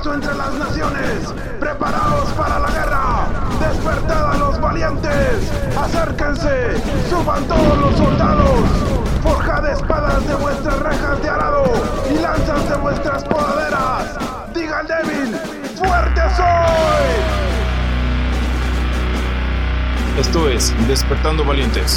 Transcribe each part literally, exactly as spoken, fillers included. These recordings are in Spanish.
fracaso entre las naciones. Preparaos para la guerra. Despertad a los valientes. Acérquense. Suban todos los soldados. Forjad espadas de vuestras rejas de arado y lanzas de vuestras podaderas. Diga al débil, ¡fuerte soy! Esto es Despertando Valientes.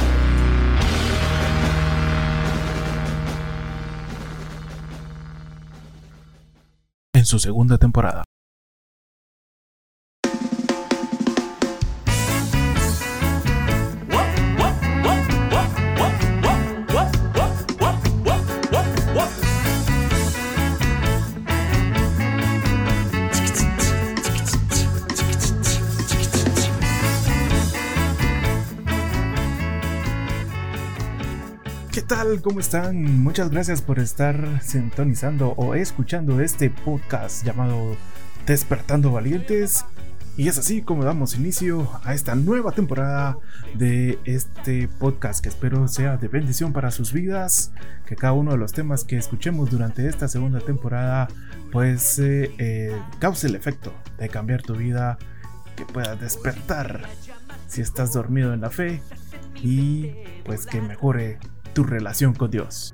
En su segunda temporada. ¿Qué tal? ¿Cómo están? Muchas gracias por estar sintonizando o escuchando este podcast llamado Despertando Valientes. Y es así como damos inicio a esta nueva temporada de este podcast, que espero sea de bendición para sus vidas, que cada uno de los temas que escuchemos durante esta segunda temporada pues eh, eh, cause el efecto de cambiar tu vida, que puedas despertar si estás dormido en la fe y pues que mejore tu relación con Dios.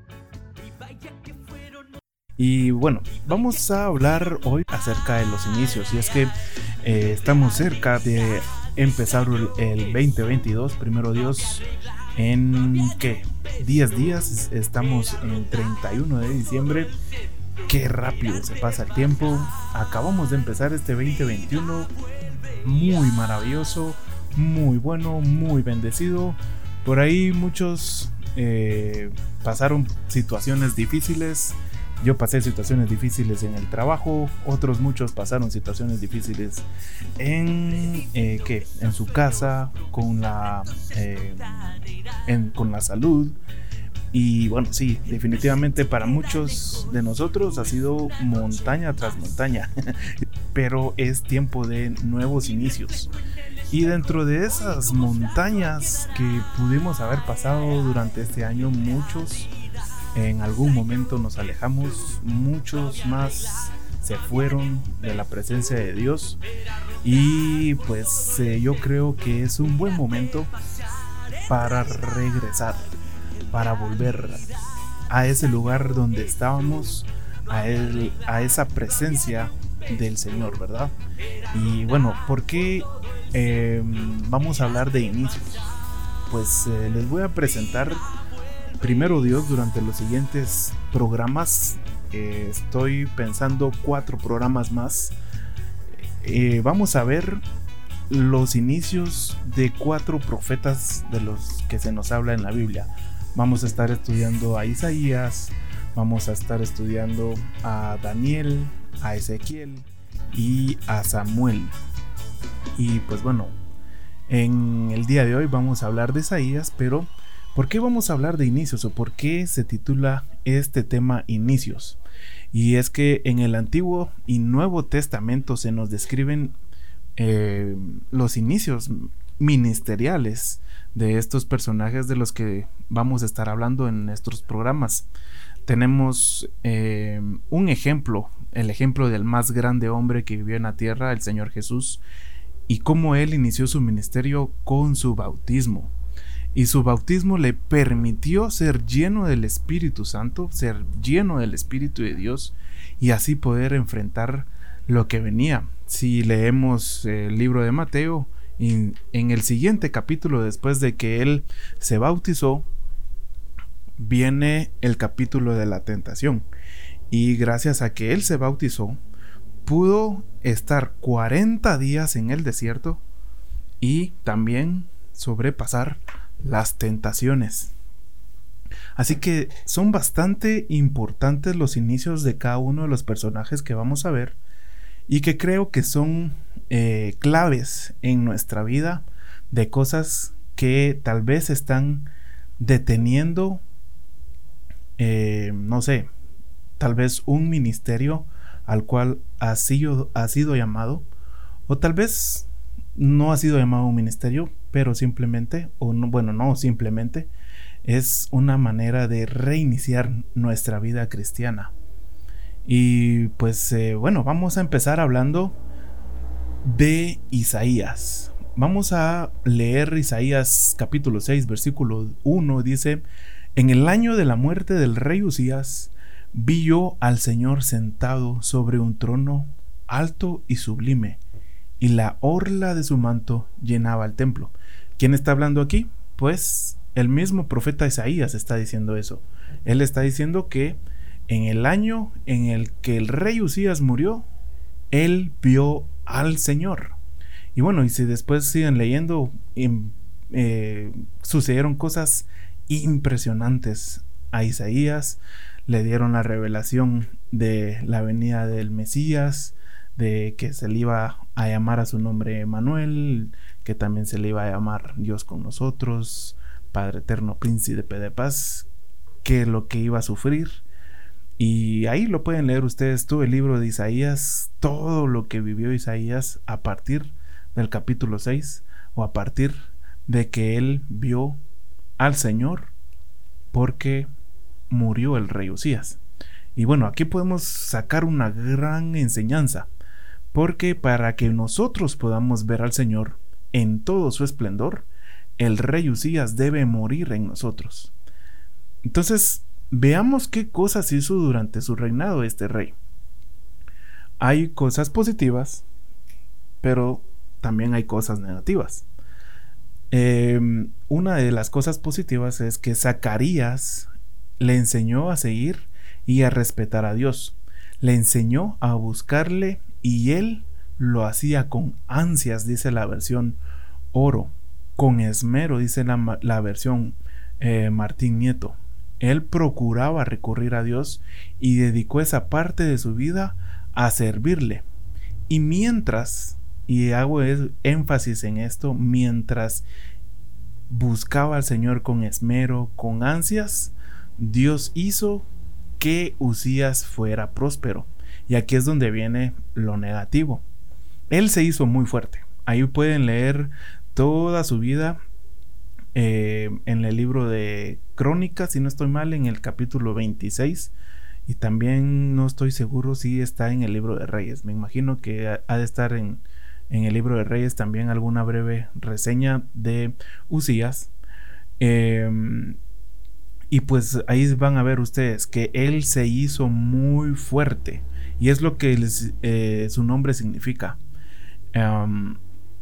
Y bueno, vamos a hablar hoy acerca de los inicios. Y es que eh, estamos cerca de empezar el, el veinte veintidós, primero Dios, en ¿qué? diez días. Estamos en treinta y uno de diciembre. Qué rápido se pasa el tiempo. Acabamos de empezar este veinte veintiuno muy maravilloso, muy bueno, muy bendecido. Por ahí muchos Eh, pasaron situaciones difíciles. Yo pasé situaciones difíciles en el trabajo. Otros muchos pasaron situaciones difíciles en eh, ¿qué? En su casa, con la eh, en, con la salud. Y bueno, sí, definitivamente para muchos de nosotros ha sido montaña tras montaña. Pero es tiempo de nuevos inicios. Y dentro de esas montañas que pudimos haber pasado durante este año, muchos en algún momento nos alejamos, muchos más se fueron de la presencia de Dios. Y pues eh, yo creo que es un buen momento para regresar, para volver a ese lugar donde estábamos, a, él, a esa presencia del Señor, ¿verdad? Y bueno, ¿por qué eh, vamos a hablar de inicios? Pues eh, les voy a presentar primero Dios durante los siguientes programas. Eh, estoy pensando cuatro programas más. Eh, vamos a ver los inicios de cuatro profetas de los que se nos habla en la Biblia. Vamos a estar estudiando a Isaías, vamos a estar estudiando a Daniel, a Ezequiel y a Samuel. Y pues bueno, en el día de hoy vamos a hablar de Isaías, pero ¿por qué vamos a hablar de inicios o por qué se titula este tema inicios? Y es que en el Antiguo y Nuevo Testamento se nos describen eh, los inicios ministeriales de estos personajes de los que vamos a estar hablando en nuestros programas. Tenemos eh, un ejemplo, el ejemplo del más grande hombre que vivió en la tierra, el Señor Jesús, y cómo él inició su ministerio con su bautismo. Y su bautismo le permitió ser lleno del Espíritu Santo, ser lleno del Espíritu de Dios, y así poder enfrentar lo que venía. Si leemos el libro de Mateo, y en el siguiente capítulo, después de que él se bautizó, viene el capítulo de la tentación. Y gracias a que él se bautizó, pudo estar cuarenta días en el desierto y también sobrepasar las tentaciones. Así que son bastante importantes los inicios de cada uno de los personajes que vamos a ver, y que creo que son eh, claves en nuestra vida, de cosas que tal vez están deteniendo eh, no sé, tal vez un ministerio al cual ha sido, ha sido llamado, o tal vez no ha sido llamado un ministerio, pero simplemente, o no, bueno, no simplemente, es una manera de reiniciar nuestra vida cristiana. Y pues eh, bueno, vamos a empezar hablando de Isaías. Vamos a leer Isaías capítulo seis, versículo uno. Dice: en el año de la muerte del rey Uzías, vi yo al Señor sentado sobre un trono alto y sublime, y la orla de su manto llenaba el templo. ¿Quién está hablando aquí? Pues el mismo profeta Isaías está diciendo eso. Él está diciendo que en el año en el que el rey Uzías murió, él vio al Señor. Y bueno, y si después siguen leyendo, eh, sucedieron cosas impresionantes a Isaías. Le dieron la revelación de la venida del Mesías, de que se le iba a llamar a su nombre Emmanuel, que también se le iba a llamar Dios con nosotros, Padre eterno, príncipe de paz, que lo que iba a sufrir. Y ahí lo pueden leer ustedes, todo el libro de Isaías, todo lo que vivió Isaías a partir del capítulo seis, o a partir de que él vio al Señor, porque murió el rey Uzías. Y bueno, aquí podemos sacar una gran enseñanza, porque para que nosotros podamos ver al Señor en todo su esplendor, el rey Uzías debe morir en nosotros. Entonces, veamos qué cosas hizo durante su reinado este rey. Hay cosas positivas, pero también hay cosas negativas. Eh, una de las cosas positivas es que Zacarías le enseñó a seguir y a respetar a Dios. Le enseñó a buscarle y él lo hacía con ansias, dice la versión Oro, con esmero, dice la, la versión eh, Martín Nieto. Él procuraba recurrir a Dios y dedicó esa parte de su vida a servirle. Y mientras, y hago énfasis en esto, mientras buscaba al Señor con esmero, con ansias, Dios hizo que Uzías fuera próspero. Y aquí es donde viene lo negativo. Él se hizo muy fuerte. Ahí pueden leer toda su vida eh, en el libro de Crónicas, si no estoy mal, en el capítulo veintiséis. Y también no estoy seguro si está en el libro de Reyes. Me imagino que ha de estar en, en el libro de Reyes también alguna breve reseña de Uzías. Eh, y pues ahí van a ver ustedes que él se hizo muy fuerte. Y es lo que les, eh, su nombre significa. Um,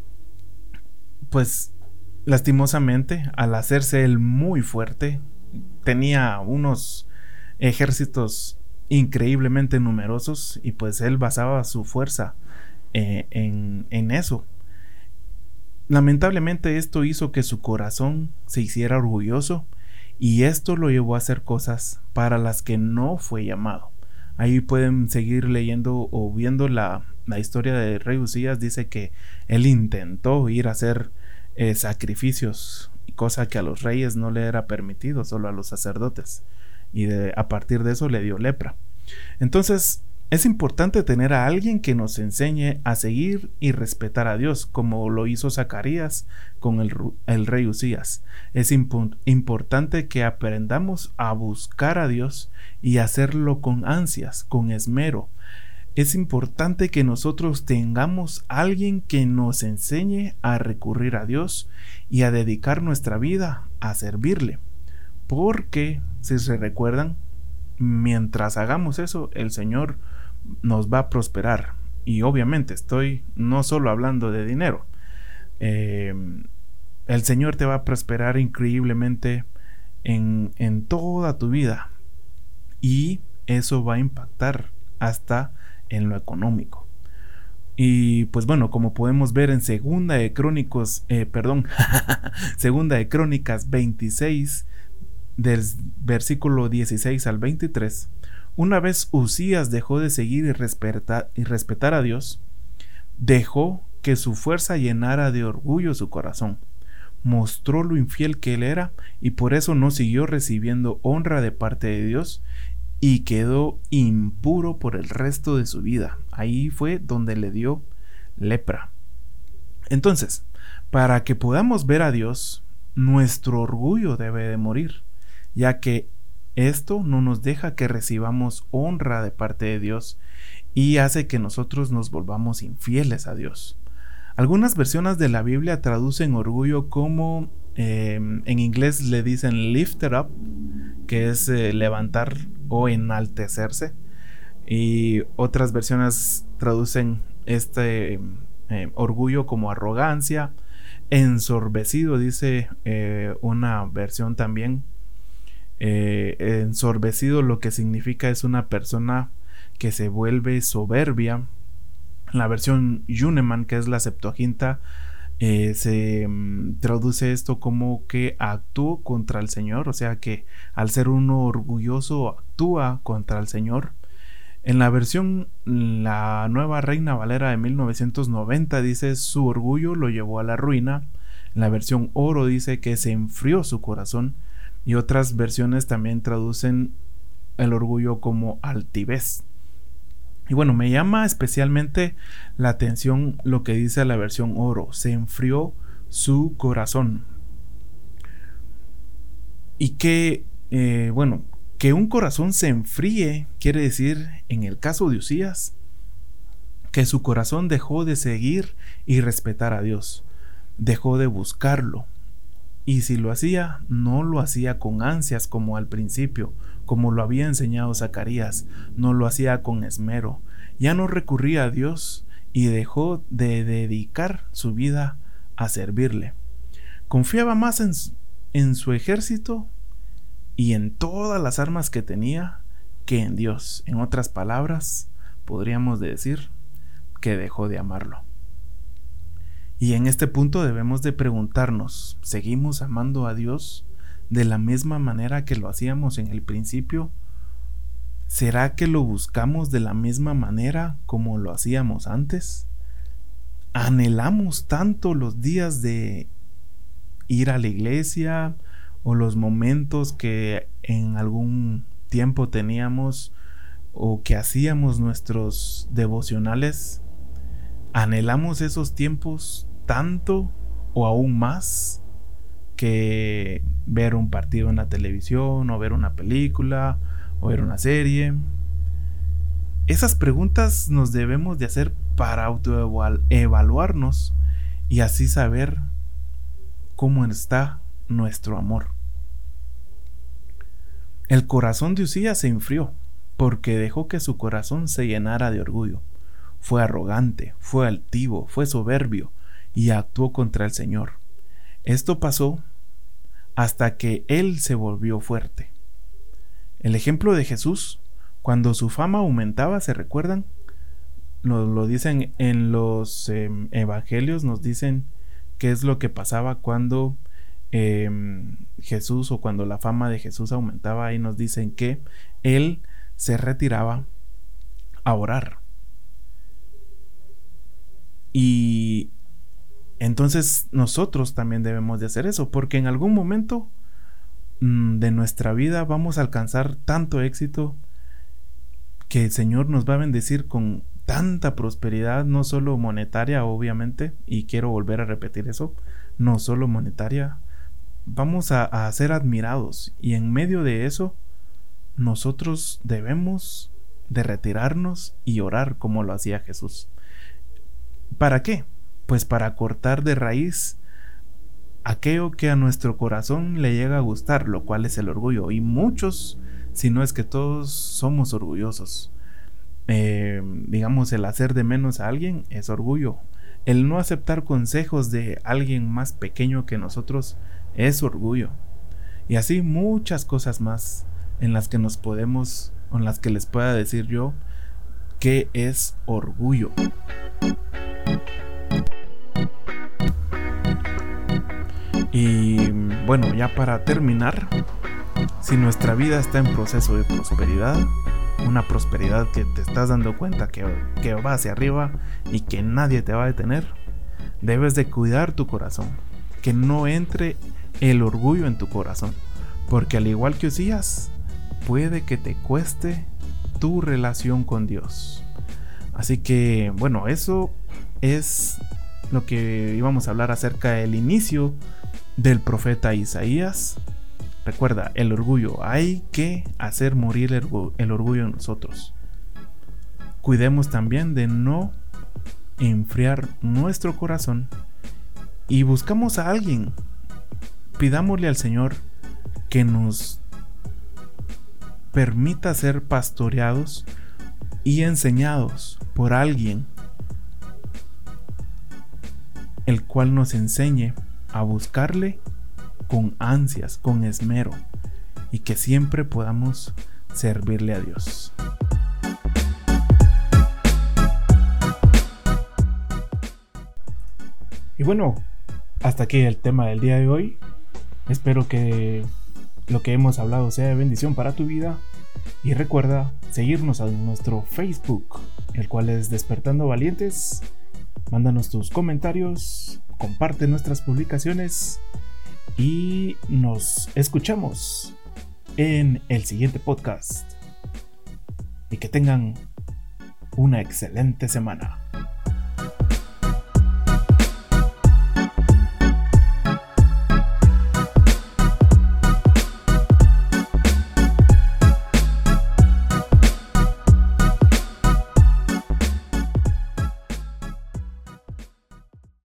pues lastimosamente, al hacerse él muy fuerte, tenía unos ejércitos increíblemente numerosos, y pues él basaba su fuerza eh, en, en eso. Lamentablemente esto hizo que su corazón se hiciera orgulloso, y esto lo llevó a hacer cosas para las que no fue llamado. Ahí pueden seguir leyendo o viendo la, la historia de rey Uzías. Dice que él intentó ir a hacer eh, sacrificios, cosa que a los reyes no le era permitido, solo a los sacerdotes, y de, a partir de eso le dio lepra. Entonces es importante tener a alguien que nos enseñe a seguir y respetar a Dios, como lo hizo Zacarías con el, el rey Uzías. Es imp- importante que aprendamos a buscar a Dios y hacerlo con ansias, con esmero. Es importante que nosotros tengamos a alguien que nos enseñe a recurrir a Dios y a dedicar nuestra vida a servirle. Porque, si se recuerdan, mientras hagamos eso, el Señor nos va a prosperar. Y obviamente estoy no solo hablando de dinero. Eh, el Señor te va a prosperar increíblemente en, en toda tu vida. Y eso va a impactar hasta en lo económico. Y pues bueno, como podemos ver en Segunda de Crónicos, eh, perdón, Segunda de Crónicas veintiséis, del versículo dieciséis al veintitrés, una vez Uzías dejó de seguir y respetar, y respetar a Dios, dejó que su fuerza llenara de orgullo su corazón. Mostró lo infiel que él era, y por eso no siguió recibiendo honra de parte de Dios, y quedó impuro por el resto de su vida. Ahí fue donde le dio lepra. Entonces, para que podamos ver a Dios, nuestro orgullo debe de morir, ya que Esto no nos deja que recibamos honra de parte de Dios y hace que nosotros nos volvamos infieles a Dios. Algunas versiones de la Biblia traducen orgullo como eh, en inglés le dicen lifted up, que es eh, levantar o enaltecerse, y otras versiones traducen este eh, orgullo como arrogancia, ensorbecido, dice eh, una versión también. Eh, ensorbecido lo que significa es una persona que se vuelve soberbia. La versión Yuneman, que es la Septuaginta, eh, se um, traduce esto como que actuó contra el Señor, o sea que al ser uno orgulloso actúa contra el Señor. En la versión La Nueva Reina Valera de mil novecientos noventa dice su orgullo lo llevó a la ruina. En la versión Oro dice que se enfrió su corazón, y otras versiones también traducen el orgullo como altivez. Y bueno, me llama especialmente la atención lo que dice la versión Oro: se enfrió su corazón. Y que, eh, bueno, que un corazón se enfríe quiere decir, en el caso de Uzías, que su corazón dejó de seguir y respetar a Dios, dejó de buscarlo. Y si lo hacía, no lo hacía con ansias como al principio, como lo había enseñado Zacarías, no lo hacía con esmero. Ya no recurría a Dios y dejó de dedicar su vida a servirle. Confiaba más en, en su ejército y en todas las armas que tenía que en Dios. En otras palabras, podríamos decir que dejó de amarlo. Y en este punto debemos de preguntarnos, ¿seguimos amando a Dios de la misma manera que lo hacíamos en el principio? ¿Será que lo buscamos de la misma manera como lo hacíamos antes? ¿Anhelamos tanto los días de ir a la iglesia o los momentos que en algún tiempo teníamos o que hacíamos nuestros devocionales? ¿Anhelamos esos tiempos tanto o aún más que ver un partido en la televisión o ver una película o ver una serie? Esas preguntas nos debemos de hacer para autoevaluarnos y así saber cómo está nuestro amor. El corazón de Uzías se enfrió porque dejó que su corazón se llenara de orgullo. Fue arrogante, fue altivo, fue soberbio y actuó contra el Señor. Esto pasó hasta que él se volvió fuerte. El ejemplo de Jesús, cuando su fama aumentaba, ¿se recuerdan? Lo, lo dicen en los eh, evangelios, nos dicen qué es lo que pasaba cuando eh, Jesús o cuando la fama de Jesús aumentaba. Ahí nos dicen que él se retiraba a orar. Y entonces nosotros también debemos de hacer eso, porque en algún momento mmm, de nuestra vida vamos a alcanzar tanto éxito que el Señor nos va a bendecir con tanta prosperidad, no solo monetaria, obviamente, y quiero volver a repetir eso, no solo monetaria. Vamos a, a ser admirados, y en medio de eso nosotros debemos de retirarnos y orar como lo hacía Jesús. ¿Para qué? Pues para cortar de raíz aquello que a nuestro corazón le llega a gustar, lo cual es el orgullo. Y muchos, si no es que todos, somos orgullosos. Eh, digamos, el hacer de menos a alguien es orgullo. El no aceptar consejos de alguien más pequeño que nosotros es orgullo. Y así muchas cosas más en las que nos podemos, o en las que les pueda decir yo qué es orgullo. Y bueno, ya para terminar, si nuestra vida está en proceso de prosperidad, una prosperidad que te estás dando cuenta que, que va hacia arriba y que nadie te va a detener, debes de cuidar tu corazón, que no entre el orgullo en tu corazón, porque al igual que Uzías, puede que te cueste tu relación con Dios. Así que bueno, eso es lo que íbamos a hablar acerca del inicio del profeta Isaías. Recuerda, el orgullo, hay que hacer morir el orgullo, el orgullo en nosotros. Cuidemos también de no enfriar nuestro corazón y buscamos a alguien. Pidámosle al Señor que nos permita ser pastoreados y enseñados por alguien, el cual nos enseñe a buscarle con ansias, con esmero, y que siempre podamos servirle a Dios. Y bueno, hasta aquí el tema del día de hoy. Espero que lo que hemos hablado sea de bendición para tu vida. Y recuerda seguirnos en nuestro Facebook, el cual es Despertando Valientes. Mándanos tus comentarios, comparte nuestras publicaciones y nos escuchamos en el siguiente podcast. Y que tengan una excelente semana.